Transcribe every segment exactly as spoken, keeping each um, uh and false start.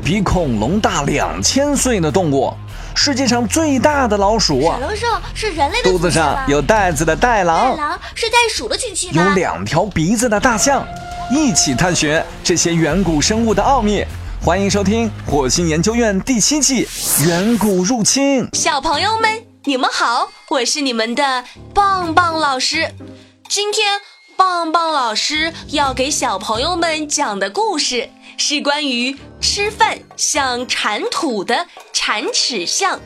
比恐龙大两千岁的动物，世界上最大的老鼠啊！ 小龙兽是人类的肚子上有袋子的袋狼， 袋狼是袋鼠的亲戚吗？ 有两条鼻子的大象，一起探寻这些远古生物的奥秘。欢迎收听火星研究院第七季《远古入侵》。 小朋友们，你们好，我是你们的棒棒老师。今天棒棒老师要给小朋友们讲的故事是关于吃饭像铲土的铲齿象。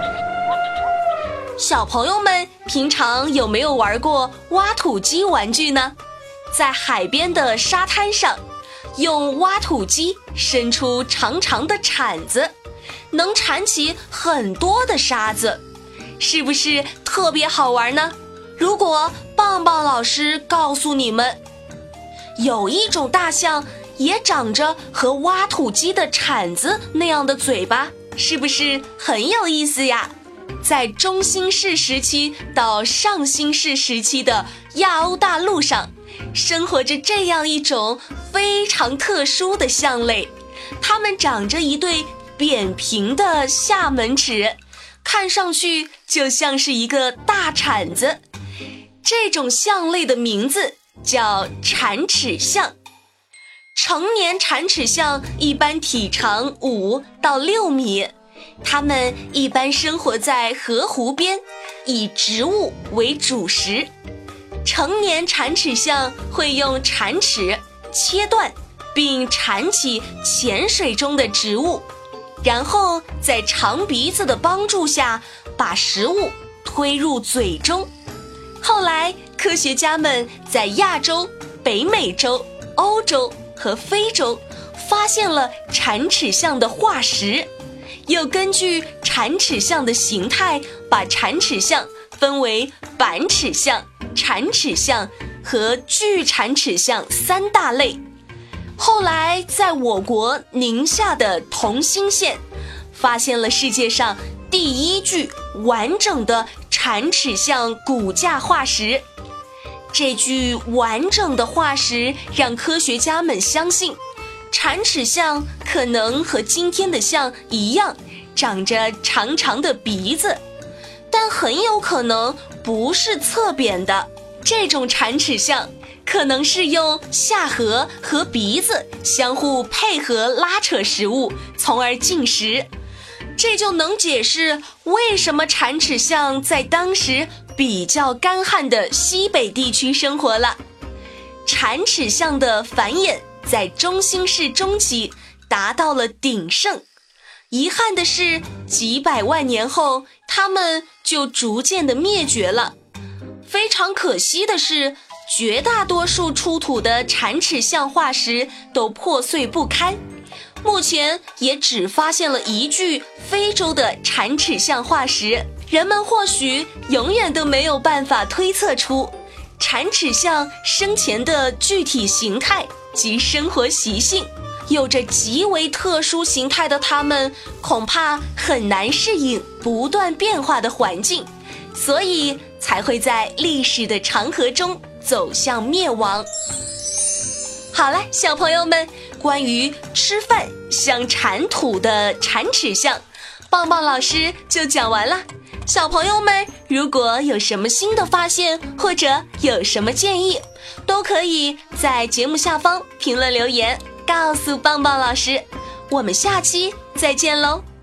小朋友们平常有没有玩过挖土机玩具呢？在海边的沙滩上，用挖土机伸出长长的铲子，能铲起很多的沙子，是不是特别好玩呢？如果棒棒老师告诉你们，有一种大象也长着和挖土机的铲子那样的嘴巴，是不是很有意思呀？在中新世时期到上新世时期的亚欧大陆上，生活着这样一种非常特殊的象类，它们长着一对扁平的下门齿，看上去就像是一个大铲子。这种象类的名字叫铲齿象。成年铲齿象一般体长五到六米，它们一般生活在河湖边，以植物为主食。成年铲齿象会用铲齿切断并铲起浅水中的植物，然后在长鼻子的帮助下把食物推入嘴中。后来科学家们在亚洲、北美洲、欧洲和非洲发现了铲齿象的化石，又根据铲齿象的形态把铲齿象分为板齿象、铲齿象和巨铲齿象三大类。后来在我国宁夏的同心县发现了世界上第一具完整的铲齿象骨架化石。这具完整的化石让科学家们相信，铲齿象可能和今天的象一样，长着长长的鼻子，但很有可能不是侧扁的。这种铲齿象可能是用下颌和鼻子相互配合拉扯食物，从而进食。这就能解释为什么铲齿象在当时比较干旱的西北地区生活了。铲齿象的繁衍在中新世中期达到了鼎盛，遗憾的是几百万年后它们就逐渐的灭绝了。非常可惜的是，绝大多数出土的铲齿象化石都破碎不堪，目前也只发现了一具非洲的铲齿象化石。人们或许永远都没有办法推测出铲齿象生前的具体形态及生活习性。有着极为特殊形态的它们恐怕很难适应不断变化的环境，所以才会在历史的长河中走向灭亡。好了，小朋友们，关于吃饭像铲土的铲齿象，棒棒老师就讲完了。小朋友们，如果有什么新的发现，或者有什么建议，都可以在节目下方评论留言告诉棒棒老师。我们下期再见喽。